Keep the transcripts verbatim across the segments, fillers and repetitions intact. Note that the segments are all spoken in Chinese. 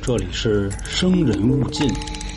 这里是生人勿近。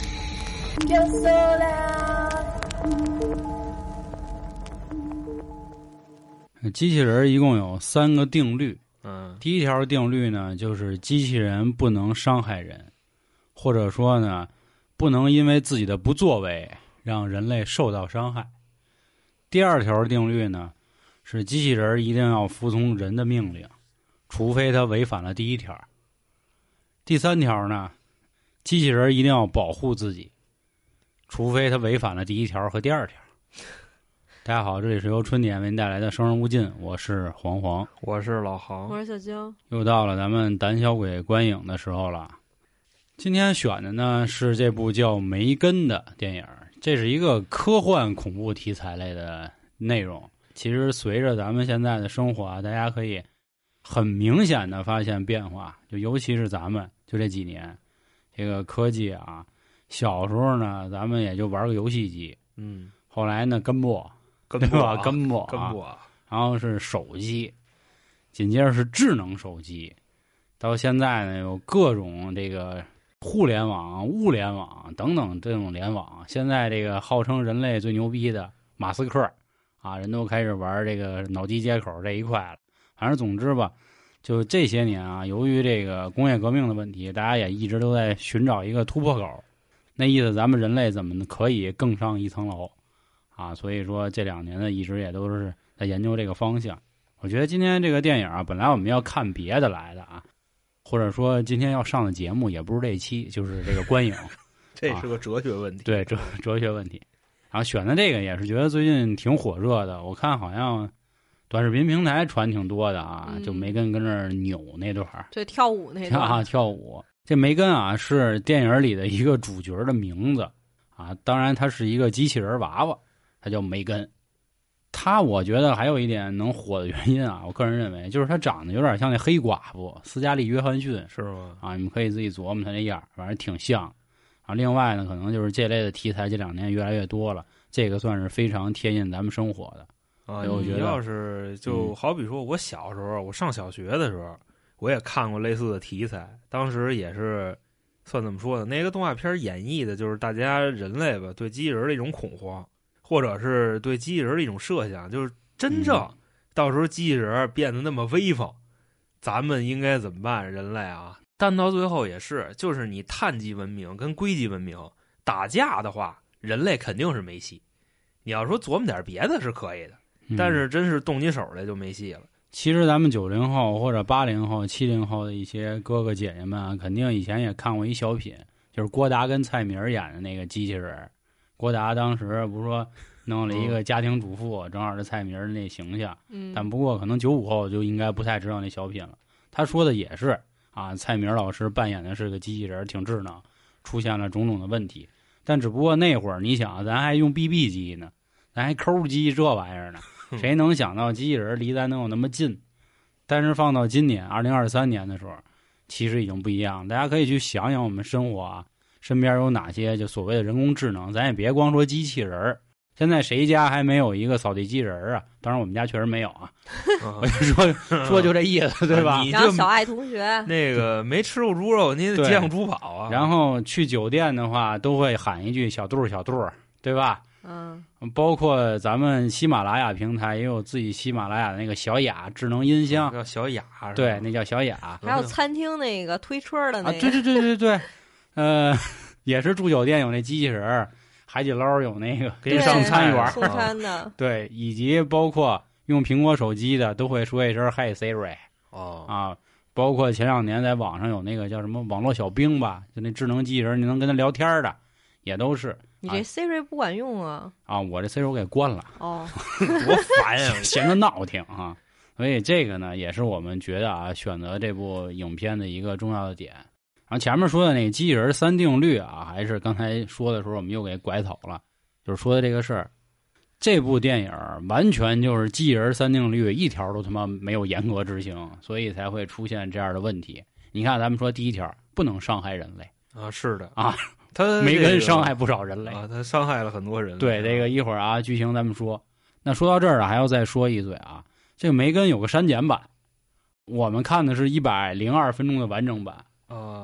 机器人一共有三个定律。 嗯， 第一条定律呢，就是机器人不能伤害人，或者说呢，不能因为自己的不作为让人类受到伤害。第二条定律呢，是机器人一定要服从人的命令，除非他违反了第一条。第三条呢，机器人一定要保护自己，除非他违反了第一条和第二条。大家好，这里是由春点为您带来的生人勿近，我是黄黄， 我是老杭， 我是小娇。 又到了咱们胆小鬼观影的时候了。今天选的呢是这部叫《梅根》的电影，这是一个科幻恐怖题材类的内容。其实随着咱们现在的生活啊，大家可以很明显的发现变化，就尤其是咱们就这几年这个科技啊，小时候呢咱们也就玩个游戏机， 嗯， 后来呢根部跟对吧？ 跟根部跟部， 然后是手机，紧接着是智能手机，到现在呢有各种这个互联网、物联网等等这种联网。现在这个号称人类最牛逼的马斯克啊，人都开始玩这个脑机接口这一块了。反正总之吧，就这些年啊，由于这个工业革命的问题，大家也一直都在寻找一个突破口。那意思，咱们人类怎么可以更上一层楼啊？所以说这两年呢，一直也都是在研究这个方向。我觉得今天这个电影啊，本来我们要看别的来的啊，或者说今天要上的节目也不是这一期，就是这个观影。 这是个哲学问题。 啊、对哲哲学问题。然后选的这个也是觉得最近挺火热的，我看好像短视频平台传挺多的啊， 嗯、 就梅根跟那儿扭那段儿， 对，跳舞那段啊，跳舞。这梅根啊是电影里的一个主角的名字啊，当然他是一个机器人娃娃，他叫梅根。他我觉得还有一点能火的原因啊，我个人认为就是他长得有点像那黑寡妇斯嘉丽·约翰逊， 是吗？ 啊，你们可以自己琢磨他那样，反正挺像。啊，另外呢，可能就是这类的题材这两年越来越多了，这个算是非常贴近咱们生活的。 啊， 我觉得要是就好比说我小时候，我上小学的时候，我也看过类似的题材，当时也是算怎么说呢？那个动画片演绎的就是大家人类吧对机器人的一种恐慌，或者是对机器人的一种设想，就是真正到时候机器人变得那么威风，咱们应该怎么办？人类啊！但到最后也是，就是你碳基文明跟硅基文明打架的话，人类肯定是没戏。你要说琢磨点别的是可以的， 嗯、 但是真是动起手来就没戏了。 其实咱们九零后或者八零后、七零后的一些哥哥姐姐们啊，肯定以前也看过一小品，就是郭达跟蔡明演的那个机器人。郭达当时不是说弄了一个家庭主妇，嗯、正好是蔡明的那形象。 嗯， 但不过可能九五后就应该不太知道那小品了。他说的也是。啊，蔡明老师扮演的是个机器人，挺智能，出现了种种的问题。但只不过那会儿，你想，咱还用 B B 机呢，咱还抠机这玩意儿呢，谁能想到机器人离咱能有那么近？但是放到今年二零二三年的时候，其实已经不一样。大家可以去想想我们生活啊，身边有哪些就所谓的人工智能，咱也别光说机器人。现在谁家还没有一个扫地机器人啊？当然我们家确实没有啊。我就说说就这意思，对吧？ 然后小爱同学那个没吃过猪肉，您得见过猪跑啊。 然后去酒店的话，都会喊一句“小杜小杜”，对吧？ 嗯。 包括咱们喜马拉雅平台也有自己喜马拉雅的那个小雅智能音箱， 叫小雅， 对，那叫小雅。 还有餐厅那个推车的那个， 啊、对对对对对，呃，也是住酒店有那机器人。海底捞有那个给上餐员送餐的， 对，以及包括用苹果手机的都会说一声 “Hey Siri” 哦啊，包括前两年在网上有那个叫什么网络小兵吧，就那智能机器人，你能跟他聊天的，也都是。 你这 Siri 不管用啊？ 啊，我这 Siri 我给关了。 哦， 多烦呀， 闲着闹挺啊。所以这个呢，也是我们觉得啊，选择这部影片的一个重要的点。然后前面说的那个机器人三定律啊，还是刚才说的时候我们又给拐走了，就是说的这个事儿。这部电影完全就是机器人三定律一条都他妈没有严格执行，所以才会出现这样的问题。你看咱们说第一条不能伤害人类啊，是的啊， 他梅根伤害不少人类啊，他伤害了很多人。 对，这个一会儿啊剧情咱们说。那说到这儿啊，还要再说一嘴啊，这个梅根有个删减版，我们看的是一百零二分钟的完整版。 啊，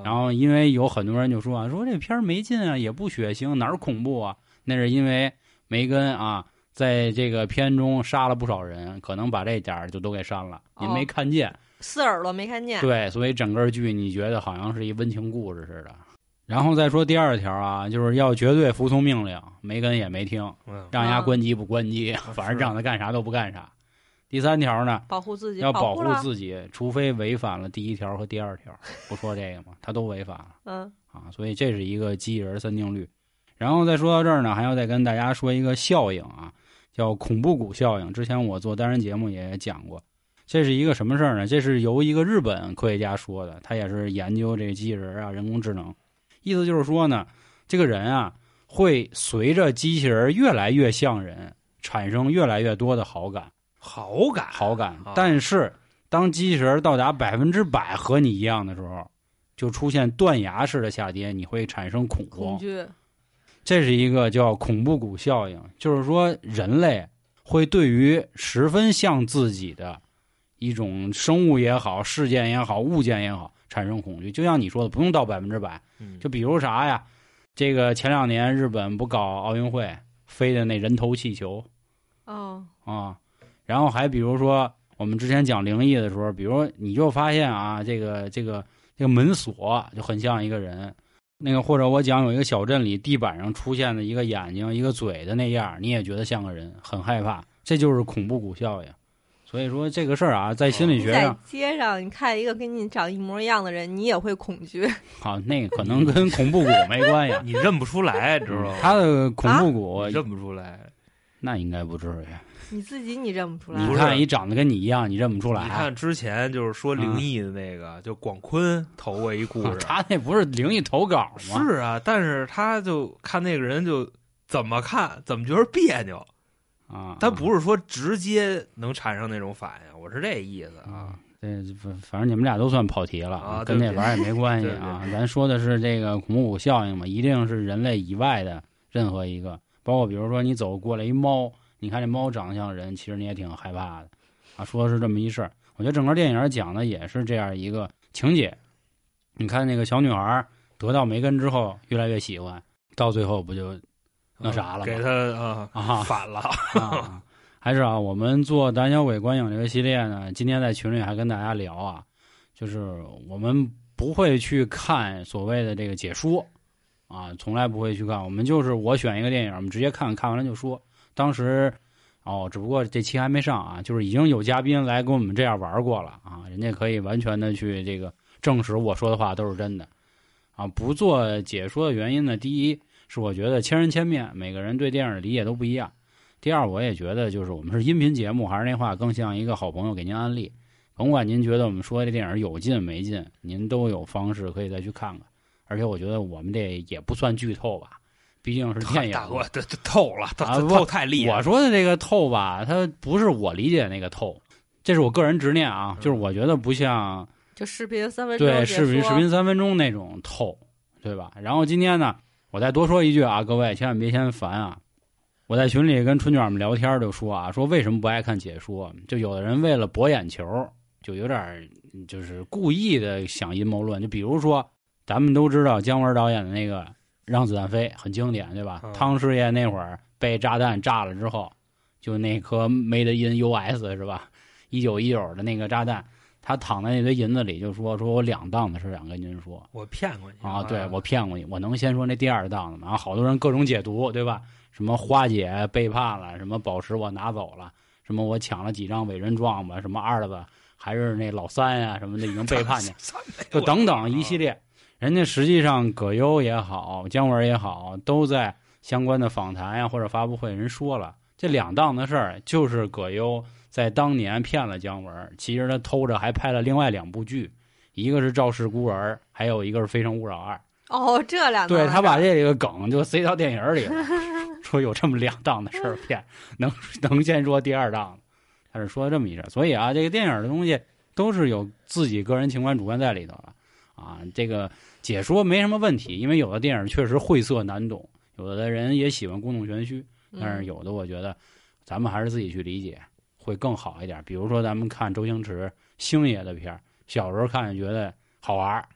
然后因为有很多人就说啊，说这片儿没劲啊，也不血腥，哪儿恐怖啊？那是因为梅根啊，在这个片中杀了不少人，可能把这点儿就都给删了，您没看见。哦， 四耳朵没看见。 对，所以整个剧你觉得好像是一温情故事似的。然后再说第二条啊，就是要绝对服从命令，梅根也没听，让人家关机不关机， 啊、 反正让他干啥都不干啥。第三条呢， 保护自己， 要保护护自己，除非违反了第一条和第二条，不说这个嘛，他都违反了。 嗯啊，所以这是一个机器人三定律。然后再说到这儿呢，还要再跟大家说一个效应啊，叫恐怖谷效应。之前我做单人节目也讲过。这是一个什么事儿呢？这是由一个日本科学家说的，他也是研究这个机器人啊、人工智能。意思就是说呢，这个人啊会随着机器人越来越像人，产生越来越多的好感， 好感， 好感。 啊、 但是当机器人到达百分之百和你一样的时候，就出现断崖式的下跌，你会产生恐慌、 恐惧。 这是一个叫恐怖谷效应，就是说人类会对于十分像自己的一种生物也好、事件也好、物件也好产生恐惧。就像你说的，不用到百分之百。就比如啥呀？这个前两年日本不搞奥运会飞的那人头气球， 哦啊，然后还比如说我们之前讲灵异的时候，比如你就发现啊，这个这个这个门锁就很像一个人，那个或者我讲有一个小镇里地板上出现的一个眼睛、一个嘴的那样，你也觉得像个人，很害怕。这就是恐怖谷效应。所以说这个事儿啊，在心理学上， 在街上你看一个跟你长一模一样的人，你也会恐惧。 好，那个可能跟恐怖谷没关系， 你认不出来，知道吗？ 他的恐怖谷、 啊、认不出来， 那应该不至于。 你自己你认不出来？ 你看一长得跟你一样，你认不出来。 你看之前就是说灵异的那个，嗯、就广坤投过一故事， 他那不是灵异投稿吗？ 是啊，但是他就看那个人就怎么看怎么觉得别扭。 啊， 他不是说直接能产生那种反应，我是这意思啊。 这反正你们俩都算跑题了啊， 跟那玩意儿也没关系啊。 对对对， 咱说的是这个恐怖谷效应嘛，一定是人类以外的任何一个，包括比如说你走过来一猫，你看这猫长得像人，其实你也挺害怕的啊。说的是这么一事儿，我觉得整个电影讲的也是这样一个情节。你看那个小女孩得到梅根之后，越来越喜欢，到最后不就那啥了吗？ 给他啊啊反了啊！还是啊，我们做胆小鬼观影这个系列呢，今天在群里还跟大家聊啊，就是我们不会去看所谓的这个解说啊，从来不会去看。我们就是我选一个电影，我们直接看看完了就说。当时哦，只不过这期还没上啊，就是已经有嘉宾来跟我们这样玩过了啊，人家可以完全的去这个证实我说的话都是真的啊。不做解说的原因呢，第一是我觉得千人千面，每个人对电影的理解都不一样。第二，我也觉得就是我们是音频节目，还是那话，更像一个好朋友给您安利。甭管您觉得我们说这电影有劲没劲，您都有方式可以再去看看。而且我觉得我们这也不算剧透吧，毕竟是电影。 大哥，这这透了， 啊， 透太厉害。 我说的这个透吧，它不是我理解的那个透，这是我个人执念啊，就是我觉得不像就视频三分钟对视频视频三分钟那种透，对吧？然后今天呢，我再多说一句啊，各位千万别嫌烦啊。我在群里跟春卷们聊天就说啊，说为什么不爱看解说？就有的人为了博眼球，就有点就是故意的想阴谋论。就比如说，咱们都知道姜文导演的那个《让子弹飞》很经典，对吧？ 嗯、 汤师爷那会儿被炸弹炸了之后，就那颗 Made in U S 是吧？一九一九的那个炸弹，他躺在那堆银子里，就说说我两档子事想跟您说， 我骗过你啊，对我骗过你，我能先说那第二档子吗？然后好多人各种解读，对吧？什么花姐背叛了，什么宝石我拿走了，什么我抢了几张伪认状吧，什么二子还是那老三呀、啊、什么的已经背叛去，就等等一系列。人家实际上葛优也好，姜文也好，都在相关的访谈呀或者发布会人说了，这两档的事儿就是葛优在当年骗了姜文，其实他偷着还拍了另外两部剧，一个是《赵氏孤儿》，还有一个是《非诚勿扰二》。 哦，这两对他把这个梗就塞到电影里了。说有这么两档的事儿骗，能能先说第二档，他是说这么一事儿。所以啊，这个电影的东西都是有自己个人情感主观在里头了啊。这个解说没什么问题，因为有的电影确实晦涩难懂，有的人也喜欢故弄玄虚，但是有的我觉得咱们还是自己去理解会更好一点。比如说咱们看周星驰星爷的片儿，小时候看觉得好玩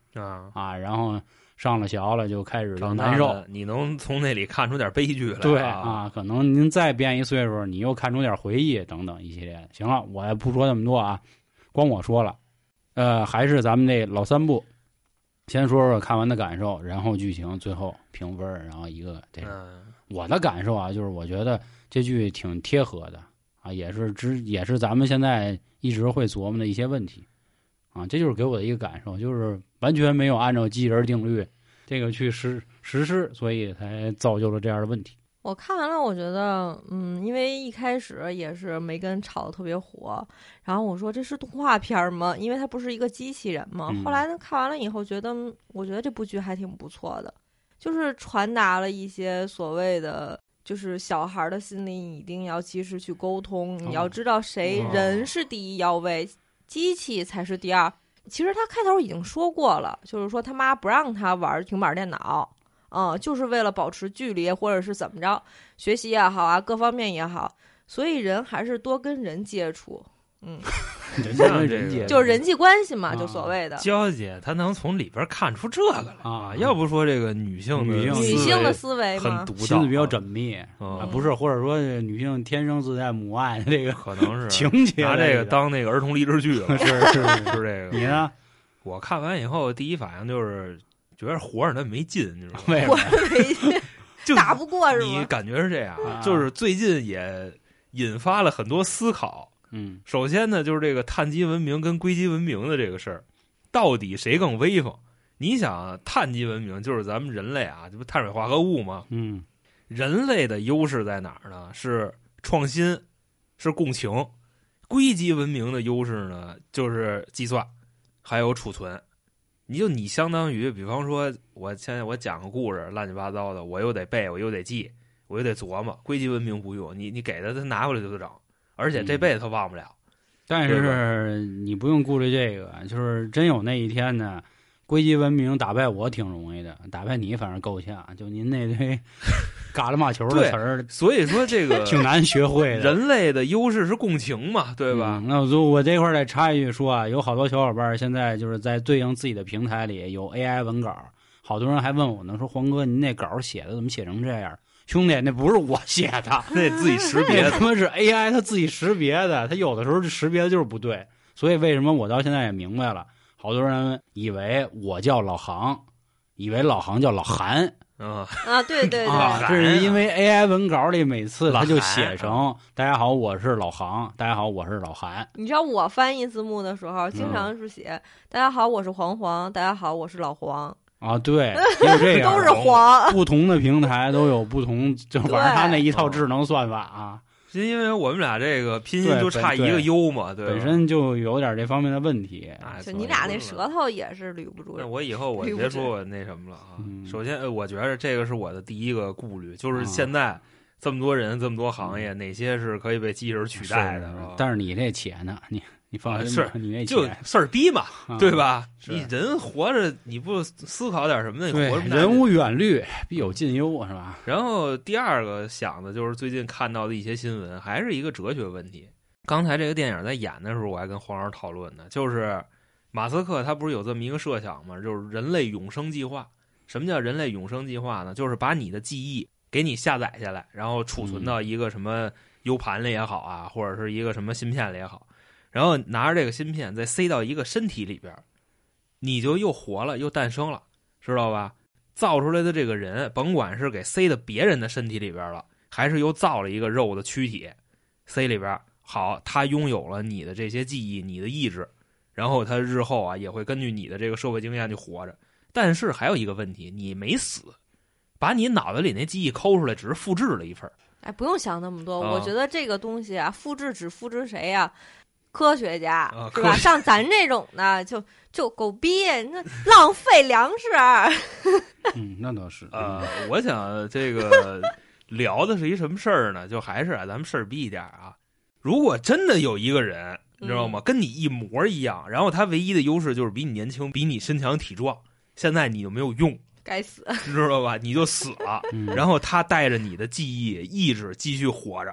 啊啊，然后上了学了就开始就难受。 你能从那里看出点悲剧来？ 对啊， 啊，可能您再变一岁数，你又看出点回忆等等一系列的。行了，我也不说那么多啊，光我说了。呃，还是咱们这老三部，先说说看完的感受，然后剧情，最后评分，然后一个这个、 嗯、 我的感受啊，就是我觉得这剧挺贴合的啊，也是只也是咱们现在一直会琢磨的一些问题啊，这就是给我的一个感受，就是完全没有按照机器人定律这个去实实施，所以才造就了这样的问题。 我看完了，我觉得，嗯，因为一开始也是梅根炒得特别火，然后我说这是动画片吗？因为它不是一个机器人嘛。 嗯、 后来呢，看完了以后，觉得，我觉得这部剧还挺不错的，就是传达了一些所谓的，就是小孩的心理，你一定要及时去沟通，你要知道谁、 哦、 人是第一要位，机器才是第二。其实他开头已经说过了，就是说他妈不让他玩平板电脑。嗯，就是为了保持距离，或者是怎么着，学习也好啊，各方面也好，所以人还是多跟人接触。嗯， 像人接就是人际关系嘛，啊、就所谓的。 娇姐她能从里边看出这个来啊， 要不说这个女性的女性女性的思维很独到， 心思比较缜密、 嗯、 啊，不是，或者说女性天生自带母爱的这个可能是情节， 拿这个当那个儿童励志剧了， 是是是是这个。 你呢？ 我看完以后第一反应就是觉得活着他没劲，你知道吗？ 为什么？ 就打不过是吗？ 你感觉是这样， 啊、 就是最近也引发了很多思考。 嗯， 首先呢，就是这个碳基文明跟硅基文明的这个事儿，到底谁更威风？你想，碳基文明就是咱们人类啊，这不碳水化合物吗？ 嗯， 人类的优势在哪儿呢？是创新，是共情。硅基文明的优势呢，就是计算，还有储存。你就你相当于，比方说，我现在我讲个故事，乱七八糟的，我又得背，我又得记，我又得琢磨。硅基文明不用，你你给他，他拿回来就整，而且这辈子他忘不了。 嗯、但是你不用顾虑这个，就是真有那一天呢，硅基文明打败我挺容易的，打败你反正够呛。就您那堆嘎啦嘛球的词儿， 所以说这个挺难学会的。 人类的优势是共情嘛，对吧？ 嗯、那我我这块儿再插一句说啊，有好多小伙伴现在就是在对应自己的平台里有 A I 文稿，好多人还问我呢，说黄哥，您那稿写的怎么写成这样？兄弟，那不是我写的， 那得自己识别， 他妈是 A I 他自己识别的，他有的时候识别的就是不对。所以为什么我到现在也明白了，好多人以为我叫老杭，以为老杭叫老韩。 啊啊，对对对， 啊，这是因为 A I 文稿里每次他就写成“大家好，我是老杭”，大家好，我是老韩。 你知道我翻译字幕的时候，经常是写“嗯、大家好，我是黄黄”，大家好，我是老黄。 啊，对，就这样， 都是黄。 不同的平台都有不同，就反正他那一套智能算法啊。 是因为我们俩这个拼音就差一个 U 嘛，对， 本身就有点这方面的问题。 哎， 就你俩那舌头也是捋不住。 那我以后我别说我那什么了啊。 嗯、 首先，我觉得这个是我的第一个顾虑，就是现在这么多人、这么多行业，哪些是可以被机器人取代的？ 是但是你这且呢，你你放心， 是你那就事儿逼嘛， 啊、 对吧？你人活着，你不思考点什么呢？活着人无远虑，必有近忧，是吧？ 然后第二个想的就是最近看到的一些新闻，还是一个哲学问题。刚才这个电影在演的时候，我还跟黄老师讨论呢，就是马斯克他不是有这么一个设想吗？就是人类永生计划。什么叫人类永生计划呢？就是把你的记忆给你下载下来，然后储存到一个什么 U 盘里也好啊，或者是一个什么芯片里也好，然后拿着这个芯片再塞到一个身体里边，你就又活了，又诞生了，知道吧？造出来的这个人，甭管是给塞到别人的身体里边了，还是又造了一个肉的躯体塞里边，好，他拥有了你的这些记忆，你的意志，然后他日后啊也会根据你的这个社会经验去活着。但是还有一个问题，你没死，把你脑子里那记忆抠出来，只是复制了一份。 哎，不用想那么多， 啊、 我觉得这个东西啊，复制只复制谁呀、啊？科学家， 啊、 对吧？像咱这种的，就就狗逼，那浪费粮食。 嗯，那倒是。 呃，我想这个聊的是一什么事儿呢？就还是啊，咱们事儿逼一点啊。如果真的有一个人，你知道吗？ 嗯、 跟你一模一样，然后他唯一的优势就是比你年轻，比你身强体壮。现在你就没有用， 该死， 知道吧？你就死了。 嗯、 然后他带着你的记忆、意志继续活着。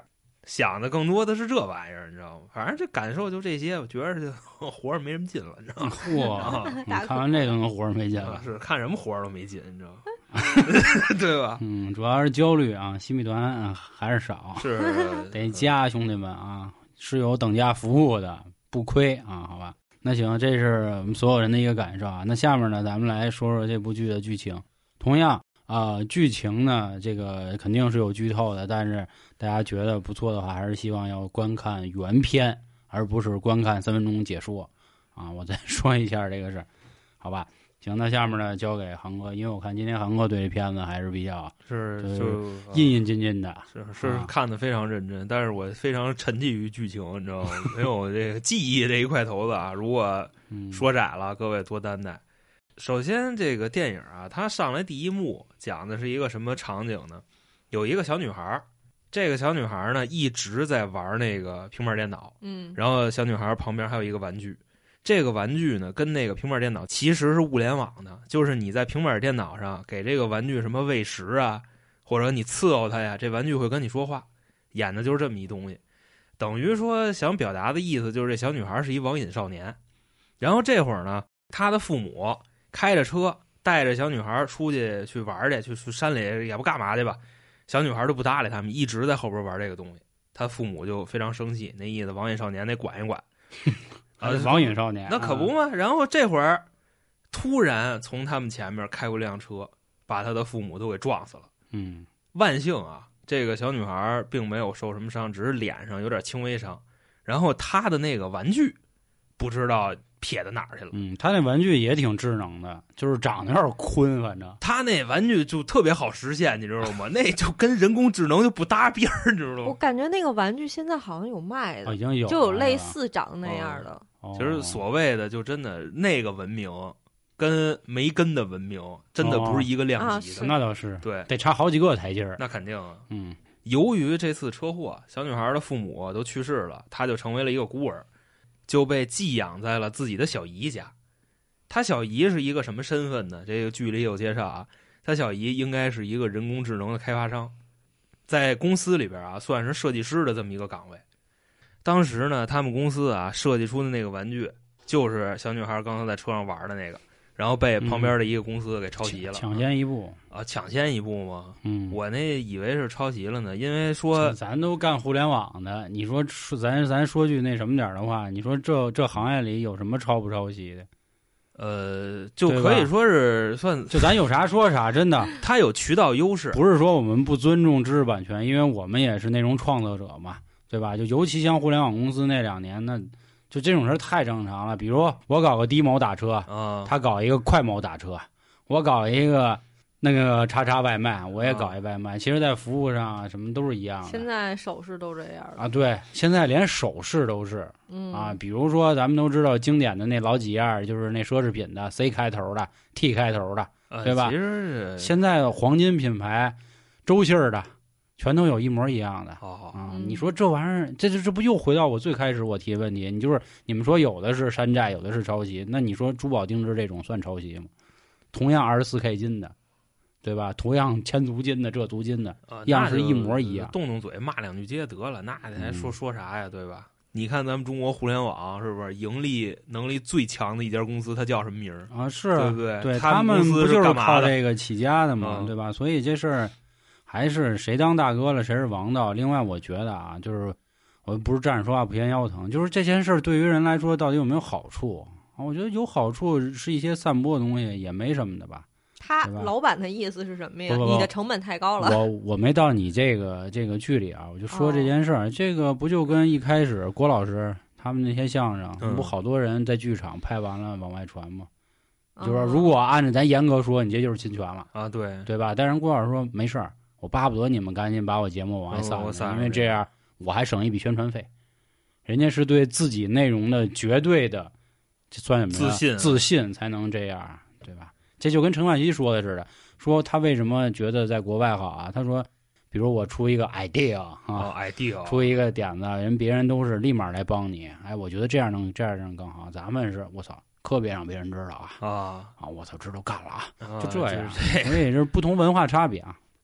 想的更多的是这玩意儿，你知道吗？反正这感受就这些，我觉得就活着没什么劲了，你知道吗？ 嚯，你看完这个能活着没劲了， 是看什么活都没劲，你知道吗？对吧？ 嗯，主要是焦虑啊，新米团、啊、还是少， 是得加兄弟们啊，是有等价服务的，不亏啊，好吧？那行，这是我们所有人的一个感受啊。那下面呢，咱们来说说这部剧的剧情。同样啊、呃，剧情呢，这个肯定是有剧透的，但是大家觉得不错的话，还是希望要观看原片，而不是观看三分钟解说啊。我再说一下这个事儿，好吧？行，那下面呢交给航哥，因为我看今天航哥对这片子还是比较是就就印印津津的， 是是啊看得非常认真，但是我非常沉浸于剧情，你知道吗？没有这个记忆这一块头子啊。如果嗯， 说窄了，各位多担待。首先，这个电影啊，它上来第一幕讲的是一个什么场景呢？有一个小女孩，这个小女孩呢一直在玩那个平板电脑， 嗯， 然后小女孩旁边还有一个玩具。这个玩具呢，跟那个平板电脑其实是物联网的，就是你在平板电脑上给这个玩具什么喂食啊，或者你伺候它呀，这玩具会跟你说话，演的就是这么一东西。等于说想表达的意思就是这小女孩是一网瘾少年。然后这会儿呢，她的父母开着车带着小女孩出去去玩去，去去山里也不干嘛去吧，小女孩都不搭理他们，一直在后边玩这个东西。她父母就非常生气，那意思网瘾少年得管一管。 啊，网瘾少年， 那可不嘛。然后这会儿突然从他们前面开过辆车，把他的父母都给撞死了。 嗯， 万幸啊，这个小女孩并没有受什么伤，只是脸上有点轻微伤。然后她的那个玩具不知道撇到哪儿去了。 嗯，他那玩具也挺智能的，就是长得有点坤，反正他那玩具就特别好实现，你知道吗？那就跟人工智能就不搭边儿，你知道我吗？ 感觉那个玩具现在好像有卖的， 哦已经有就有类了是吧似长那样的。 哦其实所谓的就真的那个文明跟没根的文明真的不是一个量级的。 哦啊那倒是， 对， 得差好几个台阶儿。 那肯定啊。 嗯由于这次车祸，小女孩的父母都去世了，她就成为了一个孤儿，就被寄养在了自己的小姨家。她小姨是一个什么身份呢？这个剧里有介绍啊。她小姨应该是一个人工智能的开发商，在公司里边啊，算是设计师的这么一个岗位。当时呢，他们公司啊设计出的那个玩具，就是小女孩刚才在车上玩的那个，然后被旁边的一个公司给抄袭了， 抢先一步啊，抢先一步吗？ 嗯， 我那以为是抄袭了呢，因为说咱都干互联网的，你说说咱咱说句那什么点的话，你说这这行业里有什么抄不抄袭的？ 呃，就可以说是算， 就咱有啥说啥，真的， 它有渠道优势， 不是说我们不尊重知识版权，因为我们也是内容创作者嘛，对吧？就尤其像互联网公司那两年，那就这种事太正常了。比如我搞个低某打车， 啊， 他搞一个快某打车，我搞一个那个叉叉外卖，我也搞一外卖。其实，在服务上啊，什么都是一样的。 现在首饰都这样的啊，对，现在连首饰都是。 嗯啊，比如说咱们都知道经典的那老几样，就是那奢侈品的 C 开头的、T 开头的， 呃对吧其实现在的黄金品牌、周姓儿的，全都有一模一样的。 好好啊， 嗯你说这玩意儿，这这这不又回到我最开始我提的问题？你就是你们说有的是山寨，有的是抄袭，那你说珠宝定制这种算抄袭吗？同样二十四 K 金的，对吧？同样千足金的，这足金的， 啊样式一模一样。 动动嘴骂两句街得了，那还说嗯说啥呀？对吧？你看咱们中国互联网是不是盈利能力最强的一家公司？它叫什么名儿？ 啊，是， 对不对？ 对他们不公司就是靠干嘛的？ 这个起家的嘛， 嗯对吧？所以这事儿还是谁当大哥了，谁是王道。另外，我觉得啊，就是我不是站着说话不嫌腰疼，就是这件事儿对于人来说到底有没有好处啊？我觉得有好处是一些散播的东西，也没什么的吧。 他对吧老板的意思是什么呀？ 不不不你的成本太高了。 我我没到你这个这个剧里啊，我就说这件事儿，这个不就跟一开始郭老师他们那些相声， 嗯不好多人在剧场拍完了往外传吗？ 嗯就是说如果按照咱严格说，你这就是侵权了。 啊，对， 对吧？但是郭老师说没事儿，我巴不得你们赶紧把我节目往外撒呢， 嗯我撒因为这样我还省一笔宣传费。人家是对自己内容的绝对的，这算什么呀自信啊自信才能这样，对吧？这就跟陈冠希说的似的，说他为什么觉得在国外好啊？他说，比如我出一个 idea 啊， 哦，idea， 出一个点子，人别人都是立马来帮你，哎，我觉得这样能这样能更好。咱们是我操，可别让别人知道啊啊啊！我操，知道干了啊！ 啊， 就这样， 就是这所以这是不同文化差别啊。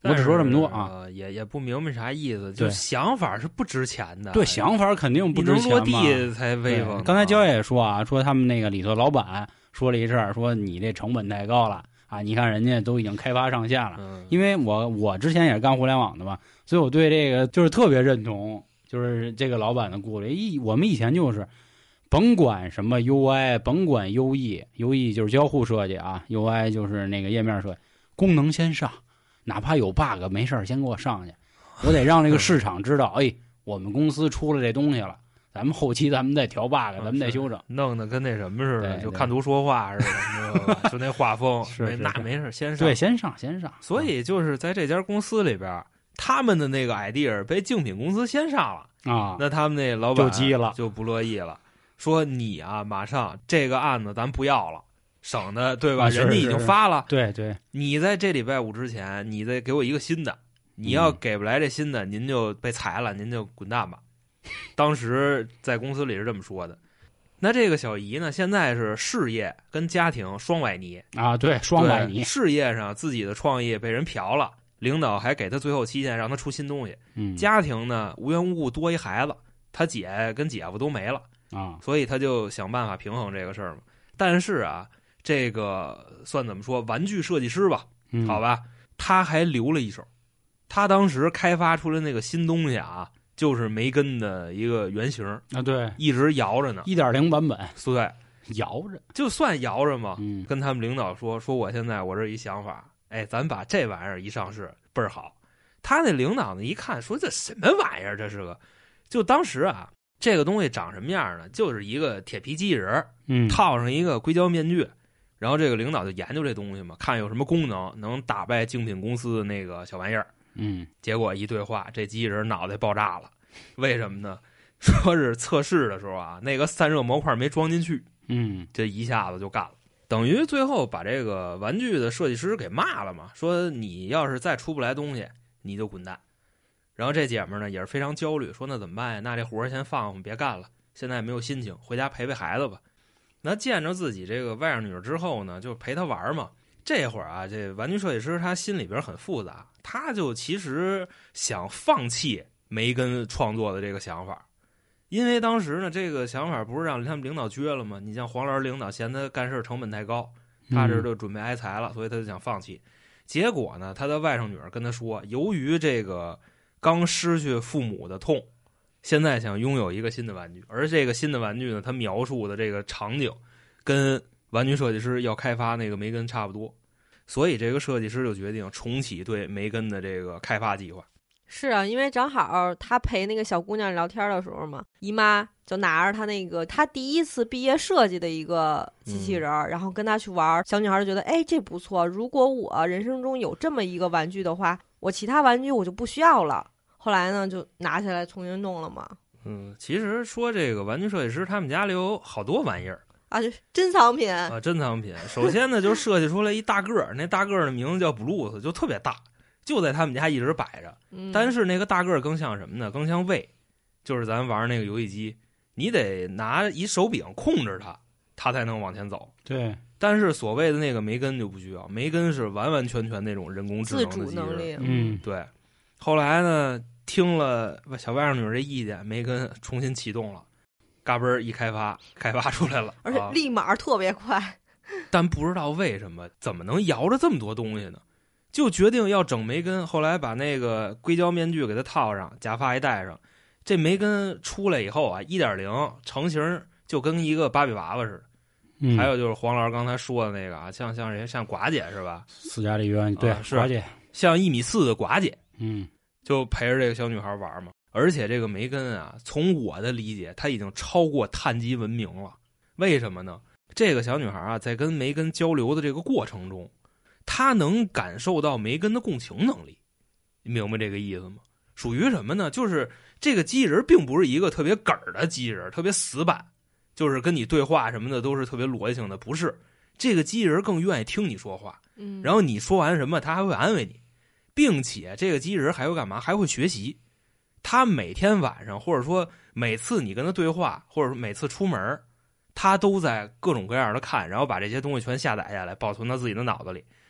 我只说这么多啊， 呃、也也不明白啥意思，就想法是不值钱的。 对，想法肯定不值钱嘛， 你能落地才威风。 刚才焦爷也说啊，说他们那个里头老板说了一事儿，说你这成本太高了啊！你看人家都已经开发上线了， 嗯、 因为我我之前也是干互联网的嘛，所以我对这个就是特别认同，就是这个老板的顾虑。一我们以前就是。甭管什么 U I， 甭管 U E，U E 就是交互设计啊 ，U I 就是那个页面设计，功能先上，哪怕有 bug 没事先给我上去，我得让这个市场知道，哎，我们公司出了这东西了，咱们后期咱们再调 bug， 咱们再修整， 弄得跟那什么似的，就看图说话似的，就那画风， 是那没事先上， 对，先上先上。 所以就是在这家公司里边，他们的那个 idea 被竞品公司先上了啊， 那他们那老板就急了， 就不乐意了。说你啊，马上这个案子咱不要了，省得对吧？ 啊、 人家已经发了， 对对。 你在这礼拜五之前，你再给我一个新的。你要给不来这新的，嗯、您就被裁了，您就滚蛋吧。当时在公司里是这么说的。那这个小姨呢，现在是事业跟家庭双崴泥啊，对，双崴泥。 事业上自己的创业被人嫖了，领导还给他最后期限，让他出新东西。 嗯， 家庭呢，无缘无故多一孩子，他姐跟姐夫都没了。 啊， 所以他就想办法平衡这个事儿嘛。但是啊，这个算怎么说，玩具设计师吧， 嗯、 好吧，他还留了一手。他当时开发出来那个新东西啊，就是梅根的一个原型啊，对， 一直摇着呢， 一点零版本， 对， 摇着， 就算摇着嘛。 嗯， 跟他们领导说，说我现在我这一想法，哎，咱把这玩意儿一上市倍儿好。他那领导呢一看，说这什么玩意儿，这是个，就当时啊。这个东西长什么样呢？就是一个铁皮机器人， 嗯， 套上一个硅胶面具，然后这个领导就研究这东西嘛，看有什么功能能打败竞品公司的那个小玩意儿。 嗯， 结果一对话，这机器人脑袋爆炸了。为什么呢？说是测试的时候啊，那个散热模块没装进去， 嗯， 这一下子就干了，等于最后把这个玩具的设计师给骂了嘛，说你要是再出不来东西，你就滚蛋。然后这姐们儿呢也是非常焦虑，说那怎么办呀？那这活儿先放放，别干了，现在也没有心情，回家陪陪孩子吧。那见着自己这个外甥女之后呢，就陪她玩嘛。这会儿啊，这玩具设计师他心里边很复杂，他就其实想放弃梅根创作的这个想法，因为当时呢，这个想法不是让他们领导撅了吗？你像黄老师领导嫌他干事成本太高，他这就准备挨裁了，所以他就想放弃。结果呢，他的外甥女儿跟他说，由于这个刚失去父母的痛，现在想拥有一个新的玩具，而这个新的玩具呢，他描述的这个场景跟玩具设计师要开发那个梅根差不多，所以这个设计师就决定重启对梅根的这个开发计划。 是啊，因为正好他陪那个小姑娘聊天的时候嘛，姨妈就拿着他那个他第一次毕业设计的一个机器人、嗯、然后跟他去玩，小女孩就觉得哎这不错，如果我人生中有这么一个玩具的话，我其他玩具我就不需要了。后来呢就拿下来重新弄了嘛。 嗯，其实说这个玩具设计师他们家里有好多玩意儿啊，珍藏品啊，珍藏品。首先呢就设计出来一大个儿，那大个儿的名字叫 Blues， 就特别大，就在他们家一直摆着、嗯、但是那个大个儿更像什么呢？更像胃，就是咱玩那个游戏机，你得拿一手柄控制它，它才能往前走。 对， 但是所谓的那个梅根就不需要，梅根是完完全全那种人工智能的自主能力。 嗯， 对。后来呢听了小外甥女这意见，梅根重新启动了，嘎嘣一开发开发出来了， 而且立马特别快、啊、 但不知道为什么怎么能摇着这么多东西呢，就决定要整梅根。后来把那个硅胶面具给它套上，假发一戴上，这梅根出来以后啊 一点零 成型就跟一个芭比娃娃似的、嗯、还有就是黄老师刚才说的那个啊，像像人像寡姐是吧， 斯嘉丽约翰，对、 啊、是寡姐， 像一米四的寡姐， 嗯， 就陪着这个小女孩玩嘛。而且这个梅根啊，从我的理解，它已经超过碳基文明了。为什么呢？这个小女孩啊，在跟梅根交流的这个过程中，她能感受到梅根的共情能力。你明白这个意思吗？属于什么呢？就是这个机器人并不是一个特别梗儿的机器人，特别死板，就是跟你对话什么的都是特别逻辑性的。不是，这个机器人更愿意听你说话， 嗯， 然后你说完什么，他还会安慰你，并且这个机器人还会干嘛？还会学习。他每天晚上，或者说每次你跟他对话，或者说每次出门，他都在各种各样的看，然后把这些东西全下载下来，保存到自己的脑子里。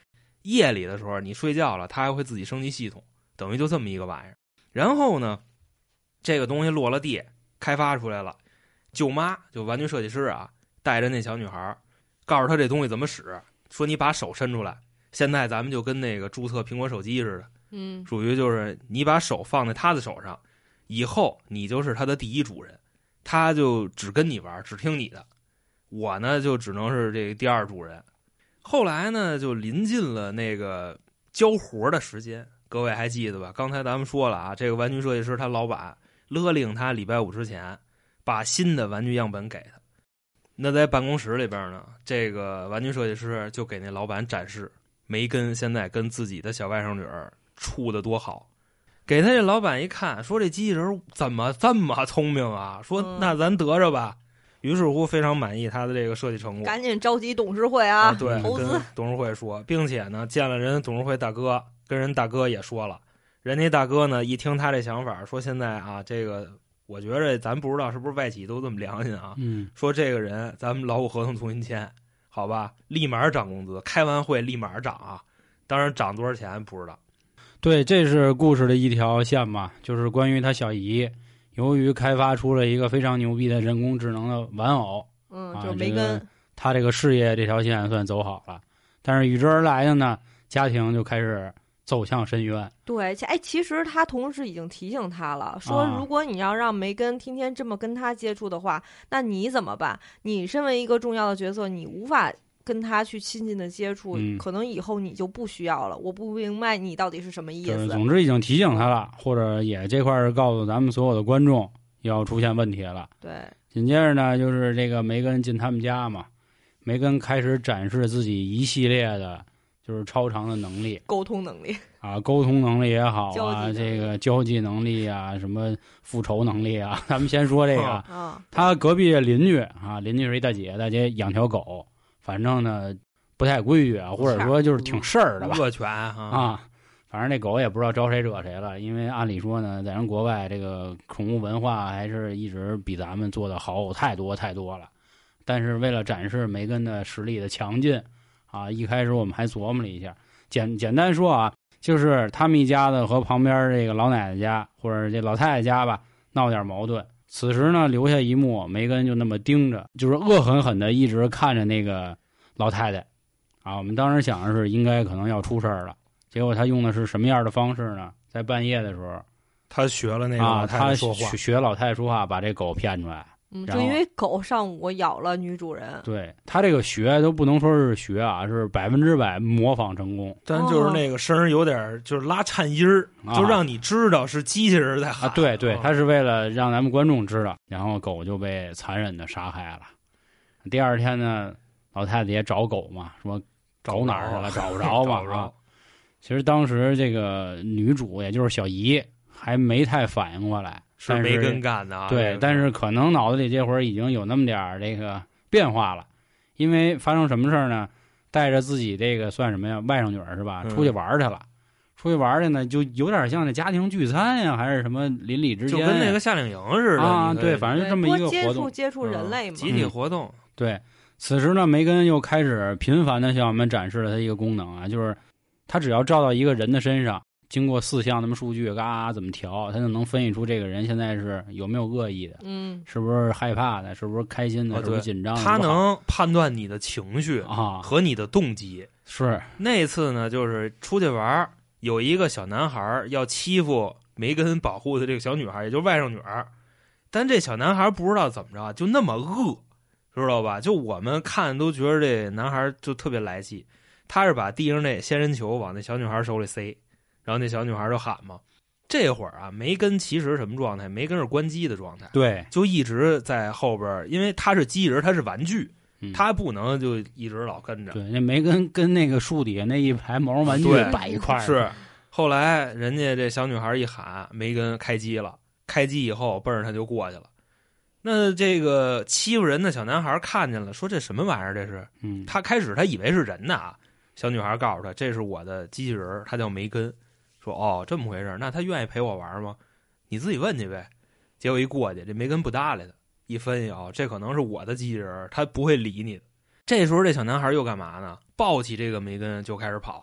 夜里的时候你睡觉了，它还会自己升级系统，等于就这么一个玩意儿。然后呢，这个东西落了地，开发出来了，舅妈就玩具设计师啊，带着那小女孩，告诉她这东西怎么使，说你把手伸出来，现在咱们就跟那个注册苹果手机似的， 嗯， 属于就是你把手放在他的手上，以后你就是他的第一主人，他就只跟你玩，只听你的，我呢就只能是这个第二主人。后来呢，就临近了那个交活的时间，各位还记得吧？刚才咱们说了啊，这个玩具设计师他老板勒令他礼拜五之前把新的玩具样本给他。那在办公室里边呢，这个玩具设计师就给那老板展示梅根现在跟自己的小外甥女儿处的多好。给他这老板一看，说这机器人怎么这么聪明啊？说那咱得着吧。于是乎非常满意他的这个设计成果， 赶紧召集董事会啊， 啊对， 投资跟董事会说，并且呢见了人董事会大哥，跟人大哥也说了，人家大哥呢一听他这想法，说现在啊这个我觉着咱不知道是不是外企都这么良心啊， 嗯， 说这个人咱们劳务合同重新签，好吧，立马涨工资，开完会立马涨啊，当然涨多少钱不知道。 对，这是故事的一条线嘛，就是关于他小姨由于开发出了一个非常牛逼的人工智能的玩偶， 嗯， 啊就是梅根， 这个他这个事业这条线算走好了，但是与之而来的呢，家庭就开始走向深渊。 对，哎，其实他同时已经提醒他了，说啊如果你要让梅根天天这么跟他接触的话，那你怎么办？你身为一个重要的角色，你无法跟他去亲近的接触， 嗯可能以后你就不需要了。我不明白你到底是什么意就是思。 总之已经提醒他了，或者也这块儿告诉咱们所有的观众要出现问题了。 对， 紧接着呢，就是这个梅根进他们家嘛，梅根开始展示自己一系列的，就是超常的能力沟通能力， 啊，沟通能力也好啊， 交际能力这个交际能力啊，什么复仇能力啊。咱们先说这个， 啊， 他隔壁的邻居啊，邻居是一大姐，大姐养条狗，反正呢不太规矩啊，或者说就是挺事儿的吧， 恶犬啊， 啊。反正那狗也不知道招谁惹谁了，因为按理说呢，在人国外这个宠物文化还是一直比咱们做的好太多太多了。但是为了展示梅根的实力的强劲，啊，一开始我们还琢磨了一下，简简单说啊，就是他们一家子和旁边这个老奶奶家或者这老太太家吧闹点矛盾。此时呢，留下一幕，梅根就那么盯着，就是恶狠狠的一直看着那个老太太，啊，我们当时想的是应该可能要出事儿了。结果他用的是什么样的方式呢？在半夜的时候， 他学了那个啊， 老太他太说话， 学学老太太说话，把这狗骗出来。 嗯， 然后就因为狗上午咬了女主人， 对他这个学都不能说是学啊，是百分之百模仿成功但就是那个声儿有点就是拉颤音儿， 啊就让你知道是机器人在喊。 啊！对对， 啊他是为了让咱们观众知道，然后狗就被残忍的杀害了。第二天呢，老太太也找狗嘛，说狗哪儿去了，找不着嘛找不着啊。其实当时这个女主也就是小姨还没太反应过来，但是梅根干的啊。这对， 个但是可能脑子里这会儿已经有那么点儿这个变化了，因为发生什么事儿呢？带着自己这个算什么呀，外甥女儿是吧？ 嗯出去玩去了，出去玩去呢，就有点像那家庭聚餐呀，还是什么邻里之间呀， 就跟那个夏令营似的啊， 你可以对，反正就对这么一个多接活动。 触接触人类嘛， 集体活动。 对，此时呢，梅根又开始频繁的向我们展示了他一个功能啊，就是他只要照到一个人的身上，经过四项那么数据，嘎怎么调，他就能分析出这个人现在是有没有恶意的， 嗯， 是不是害怕的，是不是开心的， 啊是不是对紧张的， 他是不是好能判断你的情绪啊， 和你的动机。 是那次呢，就是出去玩儿，有一个小男孩要欺负梅根保护的这个小女孩，也就是外甥女儿。但这小男孩不知道怎么着，就那么恶，知道吧？就我们看都觉得这男孩就特别来气。他是把地上那仙人球往那小女孩手里塞，然后那小女孩就喊嘛。这会儿啊，梅根其实什么状态？梅根是关机的状态， 对， 就一直在后边，因为他是机器人，他是玩具。 嗯他不能就一直老跟着。 对，那梅根跟那个树底下那一排毛绒玩具对摆一块儿， 是，后来人家这小女孩一喊，梅根开机了，开机以后奔着他就过去了。那这个欺负人的小男孩看见了，说这什么玩意儿？这是？ 嗯， 他开始他以为是人呢啊。小女孩告诉他，这是我的机器人，他叫梅根。说哦，这么回事，那他愿意陪我玩吗？你自己问去呗。结果一过去，这梅根不搭理他。一分析啊、哦，这可能是我的机器人，他不会理你的。这时候这小男孩又干嘛呢？抱起这个梅根就开始跑，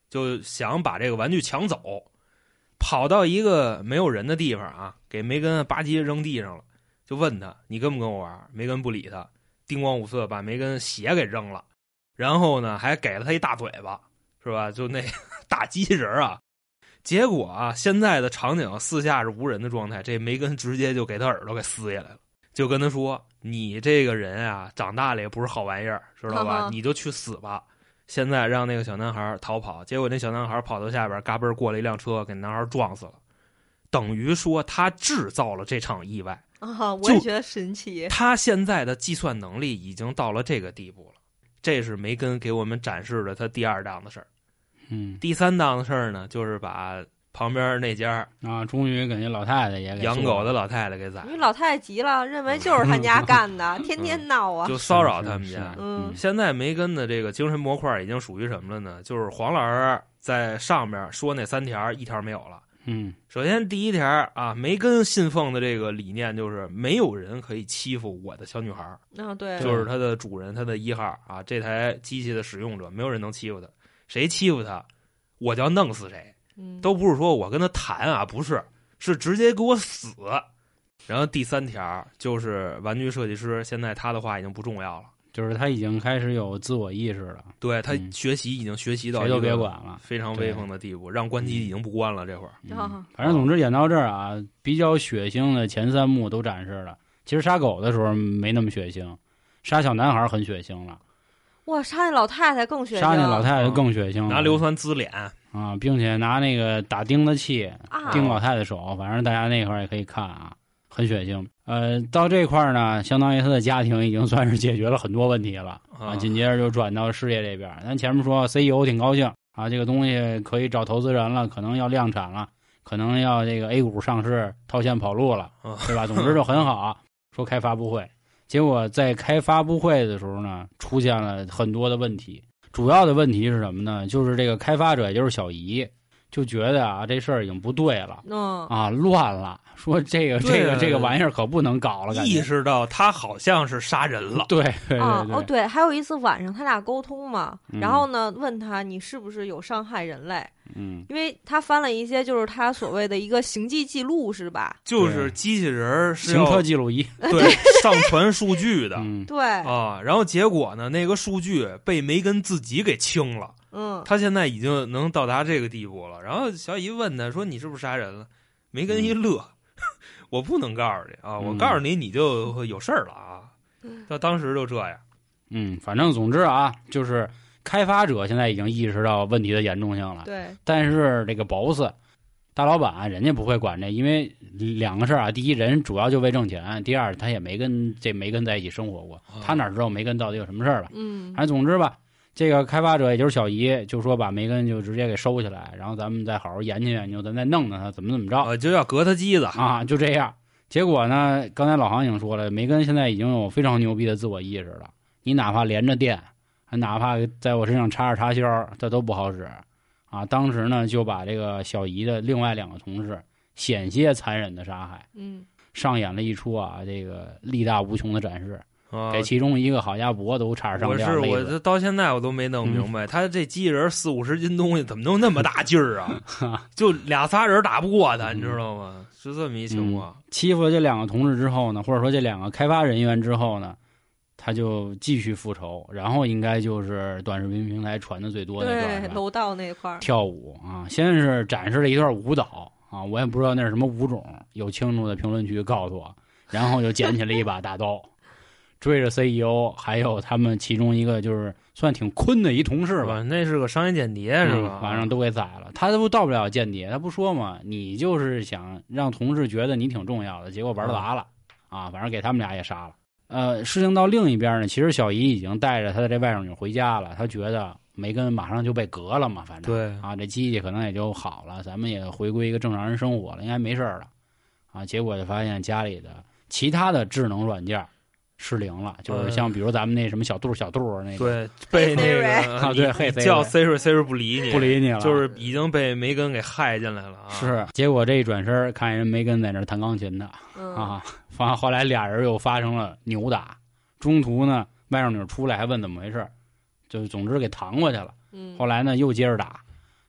就想把这个玩具抢走，跑到一个没有人的地方啊，给梅根吧唧扔地上了，就问他你跟不跟我玩？梅根不理他，叮咣五四把梅根鞋给扔了，然后呢还给了他一大嘴巴，是吧？就那大机器人啊。结果啊，现在的场景四下是无人的状态，这梅根直接就给他耳朵给撕下来了，就跟他说：“你这个人啊，长大了也不是好玩意儿，知道吧？你就去死吧！”现在让那个小男孩逃跑，结果那小男孩跑到下边，嘎嘣过了一辆车，给男孩撞死了，等于说他制造了这场意外啊！我也觉得神奇。 他现在的计算能力已经到了这个地步了，这是梅根给我们展示的他第二档的事儿。 嗯， 第三档的事儿呢，就是把旁边那家啊，终于给那老太太也给养狗的老太太给宰了。 因为老太太急了，认为就是他家干的，天天闹啊， 就骚扰他们家。 嗯， 现在梅根的这个精神模块已经属于什么了呢？就是黄老师在上面说那三条，一条没有了。 嗯， 首先第一条啊，梅根信奉的这个理念就是没有人可以欺负我的小女孩。 啊，对， 就是他的主人，他的一号啊，这台机器的使用者，没有人能欺负他。谁欺负他，我就要弄死谁，都不是说我跟他谈啊，不是，是直接给我死。然后第三条就是玩具设计师，现在他的话已经不重要了， 就是他已经开始有自我意识了， 对他学习已经学习到谁都别管了， 非常威风的地步，让关机已经不关了。这会儿、 嗯，反正总之演到这儿啊，比较血腥的前三幕都展示了。其实杀狗的时候没那么血腥，杀小男孩很血腥了。 哇，杀那老太太更血腥， 杀那老太太更血腥了， 拿硫酸滋脸啊，并且拿那个打钉子器、 啊、 钉老太太手，反正大家那块儿也可以看啊，很血腥。呃，到这块儿呢，相当于他的家庭已经算是解决了很多问题了啊。紧接着就转到事业这边，咱前面说 C E O 挺高兴啊，这个东西可以找投资人了，可能要量产了，可能要这个 A 股上市套现跑路了，对吧？总之就很好，说开发布会。结果在开发布会的时候呢，出现了很多的问题。主要的问题是什么呢？就是这个开发者，也就是小姨，就觉得啊，这事儿已经不对了， 嗯啊，乱了。说这个这个这个玩意儿可不能搞了， 意识到他好像是杀人了。 对对对、 啊、哦对，还有一次晚上他俩沟通嘛， 嗯、 然后呢问他你是不是有伤害人类？ 嗯， 因为他翻了一些就是他所谓的一个行迹记录是吧？ 就是机器人是行车记录仪， 对，上传数据的， 嗯、 对啊，然后结果呢，那个数据被梅根自己给清了。 嗯， 他现在已经能到达这个地步了。然后小姨问他说：“你是不是杀人了？”梅根一乐。嗯我不能告诉你啊！我告诉你，你就有事儿了啊！他当时就这样。 嗯，反正总之啊，就是开发者现在已经意识到问题的严重性了。 对。 但是这个 boss 大老板人家不会管这，因为两个事儿啊：第一，人主要就为挣钱；第二，他也没跟这梅根在一起生活过，他哪知道梅根到底有什么事儿吧？ 嗯。 反正总之吧，这个开发者也就是小姨，就说把梅根就直接给收起来，然后咱们再好好研究研究，咱再弄弄他怎么怎么着。 呃，就要革他机子啊，就这样。结果呢，刚才老航已经说了，梅根现在已经有非常牛逼的自我意识了。你哪怕连着电，还哪怕在我身上插着插销，这都不好使啊。当时呢，就把这个小姨的另外两个同事险些残忍的杀害， 嗯， 上演了一出啊这个力大无穷的展示。 啊、 给其中一个好家伙都差点上吊。 我是我这到现在我都没弄明白，嗯、他这机器人四五十斤东西怎么能那么大劲儿啊？就俩仨人打不过他，你知道吗？是这么一情况。 嗯、欺负了这两个同志之后呢，或者说这两个开发人员之后呢，他就继续复仇，然后应该就是短视频平台传的最多那段， 对，楼道那块跳舞啊，先是展示了一段舞蹈啊，我也不知道那是什么舞种，有清楚的评论区告诉我，然后就捡起了一把大刀。追着 C E O， 还有他们其中一个就是算挺坤的一同事吧， 那是个商业间谍是吧？ 反正、嗯、都给宰了。他都到不了间谍，他不说嘛，你就是想让同事觉得你挺重要的，结果玩砸了、嗯、啊！反正给他们俩也杀了。呃，事情到另一边呢，其实小姨已经带着他的这外甥女回家了，他觉得梅根马上就被革了嘛，反正对啊，这机器可能也就好了，咱们也回归一个正常人生活了，应该没事了啊。结果就发现家里的其他的智能软件失灵了，就是像比如咱们那什么小度小度那个， 对，被那个啊，对，嘿， 叫 Siri，Siri 不理你， 不理你了， 就是已经被梅根给害进来了啊。 是，结果这一转身，看人梅根在那弹钢琴的、 嗯、 啊，完后来俩人又发生了扭打，中途呢，外甥女出来还问怎么回事，就总之给弹过去了。 嗯， 后来呢又接着打，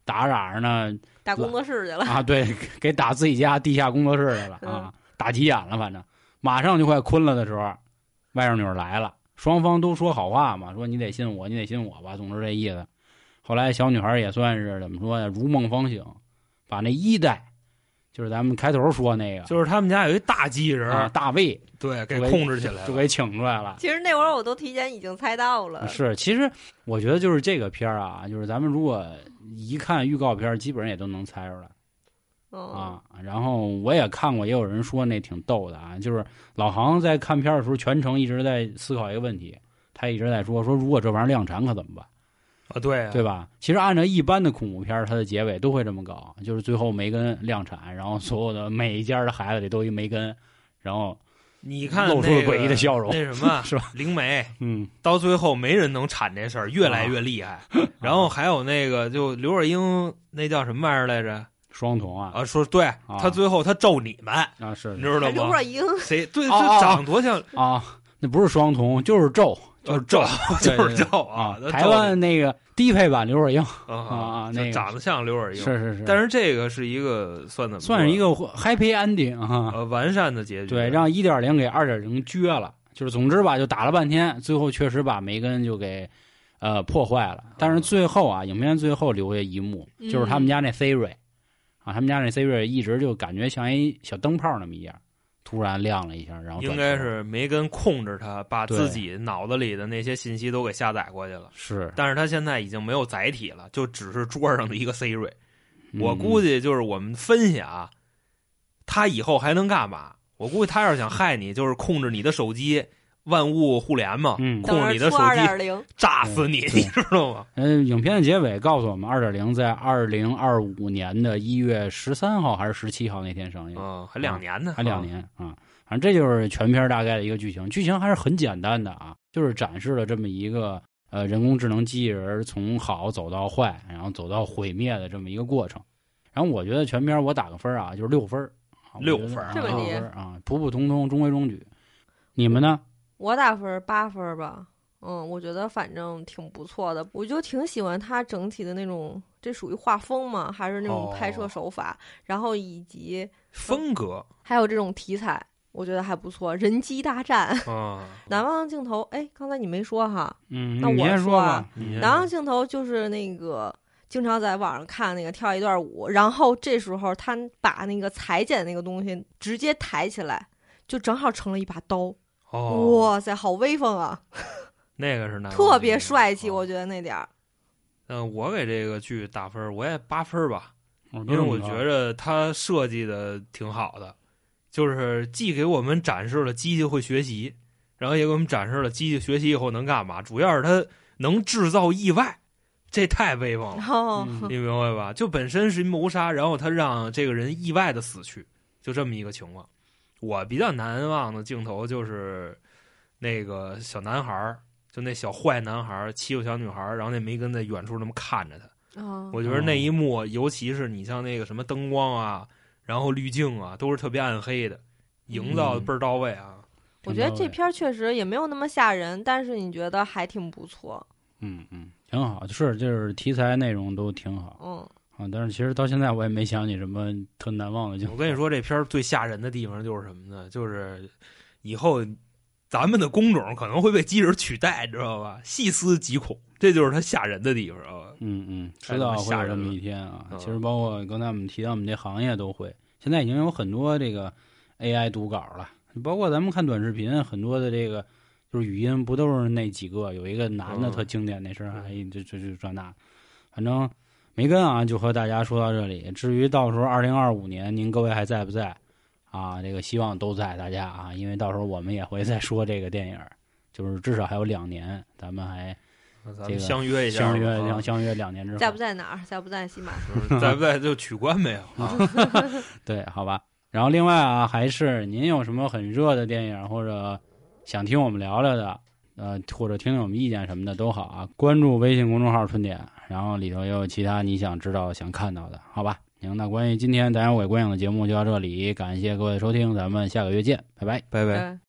打着打着呢， 打工作室去了啊，对，给打自己家地下工作室去了啊，打急眼了，反正马上就快困了的时候，外甥女来了，双方都说好话嘛，说你得信我，你得信我吧，总之这意思。后来小女孩也算是怎么说呀，如梦方醒，把那一代，就是咱们开头说那个， 就是他们家有一大机器人、 啊、大卫， 对，给控制起来了， 就给请出来了。 其实那会儿我都提前已经猜到了。 是，其实我觉得就是这个片儿啊，就是咱们如果一看预告片，基本上也都能猜出来。 嗯、 啊，然后我也看过，也有人说那挺逗的啊，就是老杭在看片的时候，全程一直在思考一个问题，他一直在说说如果这玩意儿量产可怎么办？ 啊，对啊， 对吧？其实按照一般的恐怖片，它的结尾都会这么搞，就是最后梅根量产，然后所有的每一家的孩子里都一梅根，然后你看露出了诡异的笑容， 那什么是吧？ 灵媒， 嗯， 到最后没人能铲这事儿，越来越厉害。啊、然后还有那个，就刘若英那叫什么玩意儿来着？ 双瞳啊！ 啊，说对、啊、他最后他咒你们啊，是你知道吗？ 刘若英谁对？ 哦、 他长多像啊！那不是双瞳，就是咒。就是咒， 就是咒啊！ 台湾那个低配版刘若英啊啊，那个长得像刘若英， 是是是。 但是这个是一个算怎么算是一个 happy ending 啊， 呃，完善的结局。 对，让一点零给二点零撅了，就是总之吧，就打了半天，最后确实把梅根就给呃破坏了。但是最后啊，影片最后留下一幕，就是他们家那 Siri、嗯、啊，他们家那 Siri 一直就感觉像一小灯泡那么一样。突然亮了一下，然后应该是梅根控制他，把自己脑子里的那些信息都给下载过去了。 是， 但是他现在已经没有载体了，就只是桌上的一个 Siri。 嗯、 我估计就是我们分析啊，他以后还能干嘛？我估计他要是想害你，就是控制你的手机，万物互联嘛， 嗯、 控制你的手机，炸死你，你知道吗？ 嗯，影片的结尾告诉我们，二点零在二零二五年的一月十三号还是十七号那天上映， 嗯，还两年呢， 还两年啊。反正这就是全片大概的一个剧情，剧情还是很简单的啊，就是展示了这么一个呃人工智能机器人从好走到坏，然后走到毁灭的这么一个过程。然后我觉得全片我打个分啊，就是六分， 六分， 这么低啊，普普通通，中规中矩。你们呢？ 我打分八分吧。嗯，我觉得反正挺不错的，我就挺喜欢它整体的那种，这属于画风嘛，还是那种拍摄手法，哦、然后以及风格， 还有这种题材。我觉得还不错，人机大战， 啊， 难忘镜头，哎，刚才你没说哈， 嗯， 那我先说吧。 难忘镜头就是那个经常在网上看那个跳一段舞，然后这时候他把那个裁剪那个东西直接抬起来，就正好成了一把刀。 哦， 哇塞，好威风啊！ 那个是难忘， 特别帅气，我觉得那点儿。 嗯，我给这个剧打分，我也八分吧，因为我觉得他设计的挺好的。就是既给我们展示了机器会学习，然后也给我们展示了机器学习以后能干嘛，主要是它能制造意外，这太威风了、 哦、 你明白吧？就本身是谋杀，然后他让这个人意外的死去，就这么一个情况。我比较难忘的镜头就是那个小男孩，就那小坏男孩欺负小女孩，然后那梅根在远处那么看着他、 哦、 我觉得那一幕，尤其是你像那个什么灯光啊，然后滤镜啊，都是特别暗黑的，营造的倍儿到位啊、嗯。 我觉得这片确实也没有那么吓人，但是你觉得还挺不错。 嗯嗯，挺好，是就是题材内容都挺好。 嗯啊，但是其实到现在我也没想起什么特难忘的镜头。 我跟你说，这片最吓人的地方就是什么呢？就是以后咱们的工种可能会被机器人取代，知道吧？细思极恐，这就是它吓人的地方啊。 嗯嗯，迟早会有这么一天啊。 嗯、 其实包括刚才我们提到我们这行业都会，现在已经有很多这个 A I 读稿了，包括咱们看短视频，很多的这个就是语音不都是那几个？有一个男的特经典那声，还这这这这那，反正梅根啊，就和大家说到这里。至于到时候二零二五年，您各位还在不在？啊，这个希望都在，大家啊，因为到时候我们也会再说这个电影，就是至少还有两年，咱们还这个相约一下， 相约相相约两年之后， 在不在哪儿？在不在西马？ 在不在就取关没有啊？ 对，好吧。然后另外啊，还是您有什么很热的电影或者想听我们聊聊的，呃，或者听听我们意见什么的都好啊，关注微信公众号春点，然后里头也有其他你想知道、想看到的，好吧？行，那关于今天胆小鬼观影的节目就到这里，感谢各位的收听，咱们下个月见，拜拜， 拜拜。